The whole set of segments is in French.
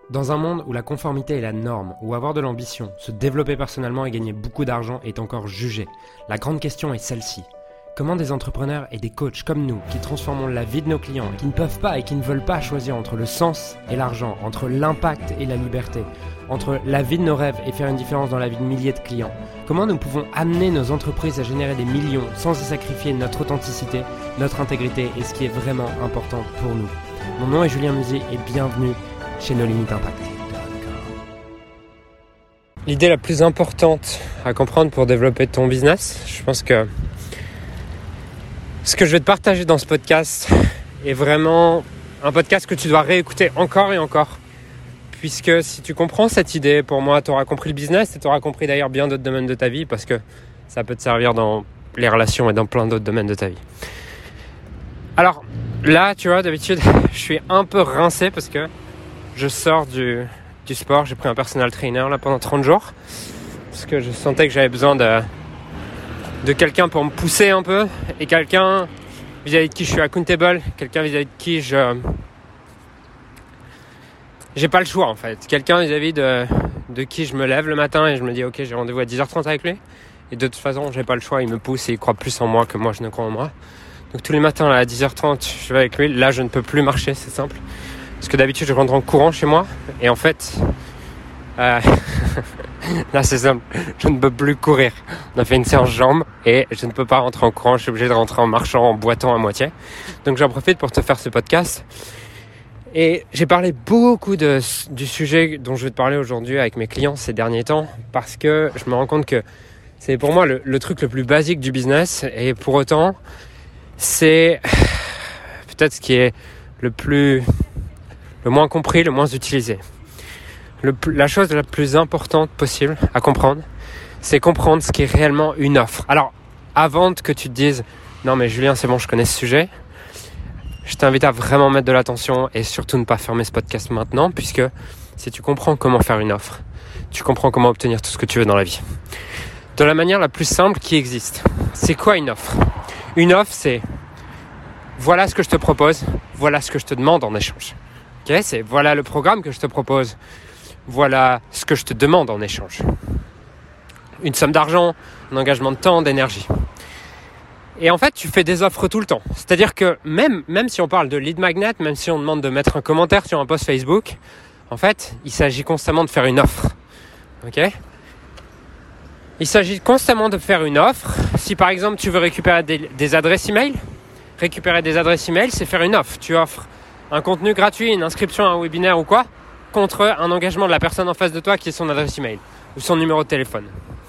Dans un monde où la conformité est la norme, où avoir de l'ambition, se développer personnellement et gagner beaucoup d'argent est encore jugé, la grande question est celle-ci. Comment des entrepreneurs et des coachs comme nous, qui transformons la vie de nos clients, qui ne peuvent pas et qui ne veulent pas choisir entre le sens et l'argent, entre l'impact et la liberté, entre la vie de nos rêves et faire une différence dans la vie de milliers de clients, comment nous pouvons amener nos entreprises à générer des millions sans y sacrifier notre authenticité, notre intégrité et ce qui est vraiment important pour nous. Mon nom est Julien Musy et bienvenue chez No Limit Impact. L'idée la plus importante à comprendre pour développer ton business, je pense que ce que je vais te partager dans ce podcast est vraiment un podcast que tu dois réécouter encore et encore. Puisque si tu comprends cette idée, pour moi, tu auras compris le business et tu auras compris d'ailleurs bien d'autres domaines de ta vie parce que ça peut te servir dans les relations et dans plein d'autres domaines de ta vie. Alors là, tu vois, d'habitude, je suis un peu rincé parce que je sors du sport. J'ai pris un personal trainer là pendant 30 jours parce que je sentais que j'avais besoin de quelqu'un pour me pousser un peu et quelqu'un vis-à-vis de qui je suis accountable, quelqu'un vis-à-vis de qui j'ai pas le choix en fait, quelqu'un vis-à-vis de qui je me lève le matin et je me dis ok, j'ai rendez-vous à 10h30 avec lui et de toute façon j'ai pas le choix, il me pousse et il croit plus en moi que moi je ne crois en moi. Donc tous les matins là, à 10h30 je vais avec lui, là je ne peux plus marcher, c'est simple parce que d'habitude je rentre en courant chez moi et en fait là c'est simple, je ne peux plus courir. On a fait une séance jambes et je ne peux pas rentrer en courant, je suis obligé de rentrer en marchant, en boitant à moitié. Donc j'en profite pour te faire ce podcast. Et j'ai parlé beaucoup du sujet dont je vais te parler aujourd'hui avec mes clients ces derniers temps parce que je me rends compte que c'est pour moi le truc le plus basique du business et pour autant c'est peut-être ce qui est le moins compris, le moins utilisé. La chose la plus importante possible à comprendre, c'est comprendre ce qui est réellement une offre. Alors, avant que tu te dises « Non mais Julien, c'est bon, je connais ce sujet », je t'invite à vraiment mettre de l'attention et surtout ne pas fermer ce podcast maintenant puisque si tu comprends comment faire une offre, tu comprends comment obtenir tout ce que tu veux dans la vie. De la manière la plus simple qui existe. C'est quoi une offre ? Une offre, c'est « Voilà ce que je te propose, voilà ce que je te demande en échange. » Okay ? C'est « Voilà le programme que je te propose. » Voilà ce que je te demande en échange. Une somme d'argent, un engagement de temps, d'énergie. Et en fait, tu fais des offres tout le temps. C'est-à-dire que même si on parle de lead magnet, même si on demande de mettre un commentaire sur un post Facebook, en fait, il s'agit constamment de faire une offre. Ok ? Il s'agit constamment de faire une offre. Si par exemple, tu veux récupérer des adresses email, c'est faire une offre. Tu offres un contenu gratuit, une inscription à un webinaire ou quoi ? Contre un engagement de la personne en face de toi qui est son adresse email ou son numéro de téléphone.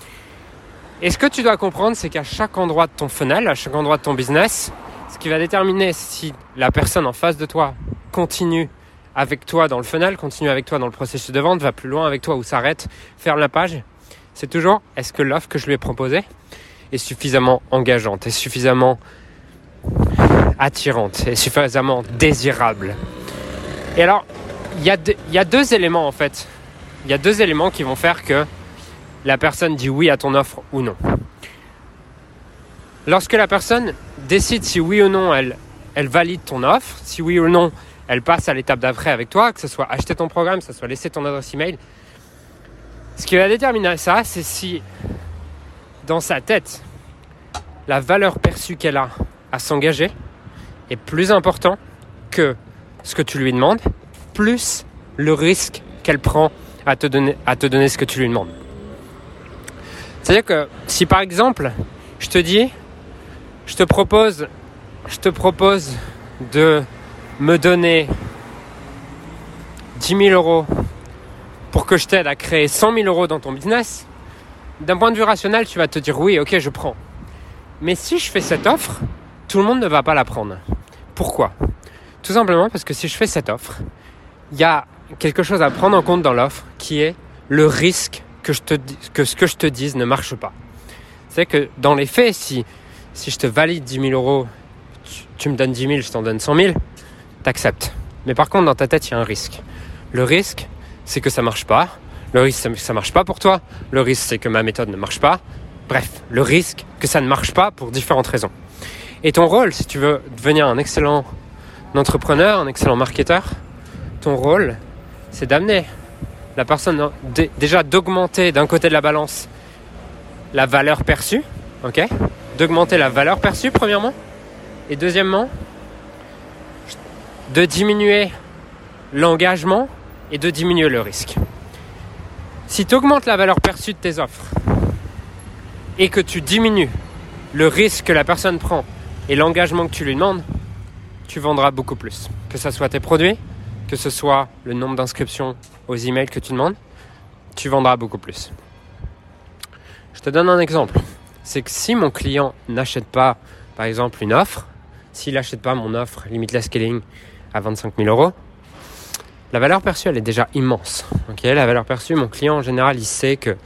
Et ce que tu dois comprendre, c'est qu'à chaque endroit de ton funnel, à chaque endroit de ton business, ce qui va déterminer si la personne en face de toi continue avec toi dans le funnel, continue avec toi dans le processus de vente, va plus loin avec toi ou s'arrête, ferme la page, c'est toujours est-ce que l'offre que je lui ai proposée est suffisamment engageante, est suffisamment attirante, est suffisamment désirable. Et alors, il y a deux éléments en fait. Il y a deux éléments qui vont faire que la personne dit oui à ton offre ou non. Lorsque la personne décide si oui ou non elle valide ton offre, si oui ou non elle passe à l'étape d'après avec toi, que ce soit acheter ton programme, que ce soit laisser ton adresse email, ce qui va déterminer ça, c'est si dans sa tête, la valeur perçue qu'elle a à s'engager est plus important que ce que tu lui demandes, plus le risque qu'elle prend à te donner ce que tu lui demandes. C'est-à-dire que si par exemple, je te propose de me donner 10 000 euros pour que je t'aide à créer 100 000 euros dans ton business, d'un point de vue rationnel, tu vas te dire oui, ok, je prends. Mais si je fais cette offre, tout le monde ne va pas la prendre. Pourquoi ? Tout simplement parce que si je fais cette offre, il y a quelque chose à prendre en compte dans l'offre qui est le risque que ce que je te dise ne marche pas. C'est que dans les faits, si je te valide 10 000 euros, tu me donnes 10 000, je t'en donne 100 000, t'acceptes. Mais par contre, dans ta tête, il y a un risque. Le risque, c'est que ça marche pas. Le risque, c'est que ça marche pas pour toi. Le risque, c'est que ma méthode ne marche pas. Bref, le risque que ça ne marche pas pour différentes raisons. Et ton rôle, si tu veux devenir un excellent entrepreneur, un excellent marketeur, ton rôle, c'est d'amener la personne, déjà d'augmenter d'un côté de la balance la valeur perçue, ok ? D'augmenter la valeur perçue premièrement, et deuxièmement, de diminuer l'engagement et de diminuer le risque. Si tu augmentes la valeur perçue de tes offres et que tu diminues le risque que la personne prend et l'engagement que tu lui demandes, tu vendras beaucoup plus. Que ce soit tes produits, que ce soit le nombre d'inscriptions aux emails que tu demandes, tu vendras beaucoup plus. Je te donne un exemple. C'est que si mon client n'achète pas, par exemple, une offre, s'il n'achète pas mon offre Limitless Scaling à 25 000 €, la valeur perçue, elle est déjà immense. Okay, la valeur perçue, mon client, en général, il sait que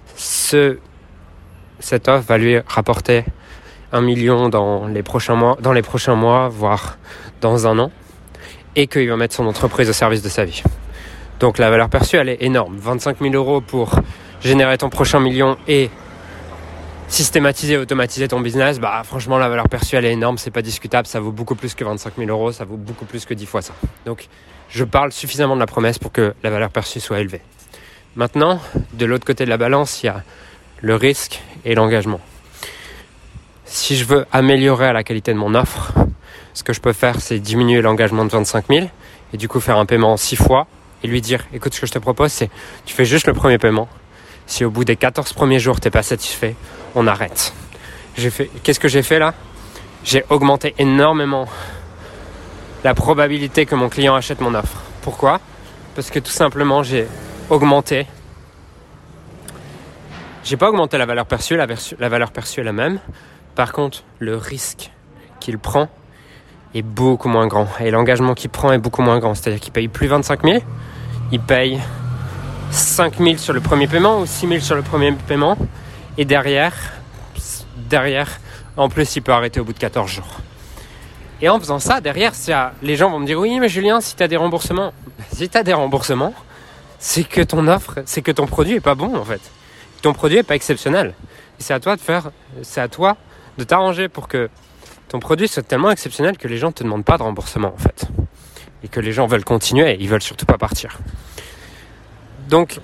cette offre va lui rapporter 1 million dans les prochains mois, voire dans un an, et qu'il va mettre son entreprise au service de sa vie. Donc la valeur perçue, elle est énorme. 25 000 € pour générer ton prochain million et systématiser et automatiser ton business, franchement, la valeur perçue, elle est énorme, c'est pas discutable, ça vaut beaucoup plus que 25 000 €, ça vaut beaucoup plus que 10 fois ça. Donc, je parle suffisamment de la promesse pour que la valeur perçue soit élevée. Maintenant, de l'autre côté de la balance, il y a le risque et l'engagement. Si je veux améliorer la qualité de mon offre, ce que je peux faire, c'est diminuer l'engagement de 25 000 et du coup faire un paiement en 6 fois et lui dire, écoute, ce que je te propose, c'est tu fais juste le premier paiement. Si au bout des 14 premiers jours, tu n'es pas satisfait, on arrête. Qu'est-ce que j'ai fait là ? J'ai augmenté énormément la probabilité que mon client achète mon offre. Pourquoi ? Parce que tout simplement, j'ai pas augmenté la valeur perçue. La valeur perçue est la même. Par contre, le risque qu'il prend est beaucoup moins grand. Et l'engagement qu'il prend est beaucoup moins grand. C'est-à-dire qu'il paye plus 25 000, il paye 5 000 sur le premier paiement ou 6 000 sur le premier paiement. Et derrière, en plus, il peut arrêter au bout de 14 jours. Et en faisant ça, derrière, les gens vont me dire « Oui, mais Julien, si tu as des remboursements. » Si tu as des remboursements, c'est que ton produit est pas bon, en fait. Ton produit est pas exceptionnel. Et c'est à toi de t'arranger pour que ton produit soit tellement exceptionnel que les gens ne te demandent pas de remboursement, en fait. Et que les gens veulent continuer, ils veulent surtout pas partir. Donc,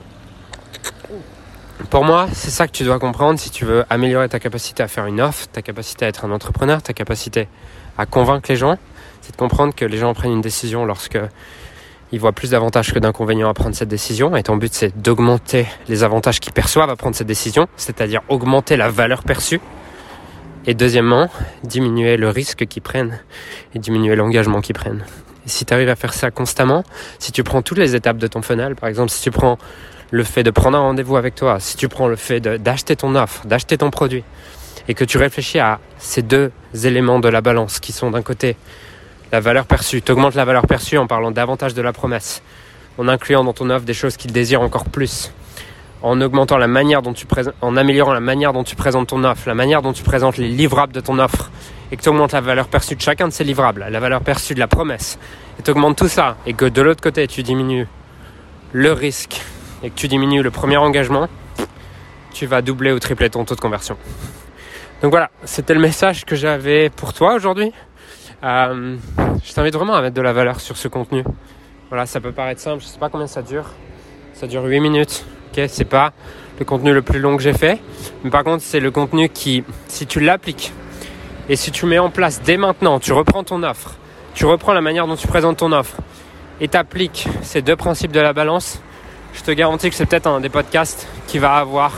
pour moi, c'est ça que tu dois comprendre si tu veux améliorer ta capacité à faire une offre, ta capacité à être un entrepreneur, ta capacité à convaincre les gens. C'est de comprendre que les gens prennent une décision lorsque ils voient plus d'avantages que d'inconvénients à prendre cette décision. Et ton but, c'est d'augmenter les avantages qu'ils perçoivent à prendre cette décision, c'est-à-dire augmenter la valeur perçue. Et deuxièmement, diminuer le risque qu'ils prennent et diminuer l'engagement qu'ils prennent. Et si tu arrives à faire ça constamment, si tu prends toutes les étapes de ton funnel, par exemple, si tu prends le fait de prendre un rendez-vous avec toi, si tu prends le fait d'acheter ton offre, d'acheter ton produit, et que tu réfléchis à ces deux éléments de la balance qui sont d'un côté la valeur perçue, tu augmentes la valeur perçue en parlant davantage de la promesse, en incluant dans ton offre des choses qu'ils désirent encore plus, en augmentant la manière dont en améliorant la manière dont tu présentes ton offre, la manière dont tu présentes les livrables de ton offre, et que tu augmentes la valeur perçue de chacun de ces livrables, la valeur perçue de la promesse, et tu augmentes tout ça, et que de l'autre côté tu diminues le risque, et que tu diminues le premier engagement, tu vas doubler ou tripler ton taux de conversion. Donc voilà, c'était le message que j'avais pour toi aujourd'hui. Je t'invite vraiment à mettre de la valeur sur ce contenu. Voilà, ça peut paraître simple, je sais pas combien ça dure. Ça dure 8 minutes. Ok, c'est pas le contenu le plus long que j'ai fait. Mais par contre, c'est le contenu qui, si tu l'appliques et si tu mets en place dès maintenant, tu reprends ton offre, tu reprends la manière dont tu présentes ton offre et t'appliques ces deux principes de la balance, je te garantis que c'est peut-être un des podcasts qui va avoir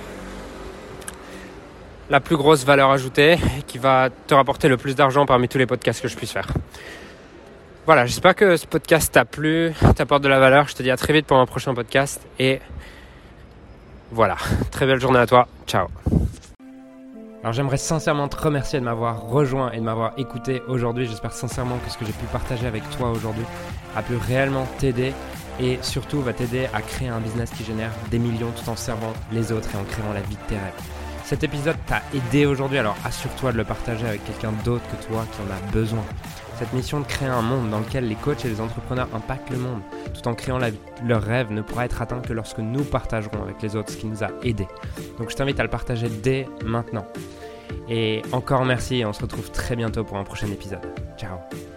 la plus grosse valeur ajoutée, qui va te rapporter le plus d'argent parmi tous les podcasts que je puisse faire. Voilà, j'espère que ce podcast t'a plu, t'apporte de la valeur. Je te dis à très vite pour un prochain podcast. Et voilà, très belle journée à toi. Ciao. Alors j'aimerais sincèrement te remercier de m'avoir rejoint et de m'avoir écouté aujourd'hui. J'espère sincèrement que ce que j'ai pu partager avec toi aujourd'hui a pu réellement t'aider et surtout va t'aider à créer un business qui génère des millions tout en servant les autres et en créant la vie de tes rêves. Cet épisode t'a aidé aujourd'hui, alors assure-toi de le partager avec quelqu'un d'autre que toi qui en a besoin. Cette mission de créer un monde dans lequel les coachs et les entrepreneurs impactent le monde tout en créant leur rêve ne pourra être atteint que lorsque nous partagerons avec les autres ce qui nous a aidés. Donc je t'invite à le partager dès maintenant. Et encore merci et on se retrouve très bientôt pour un prochain épisode. Ciao.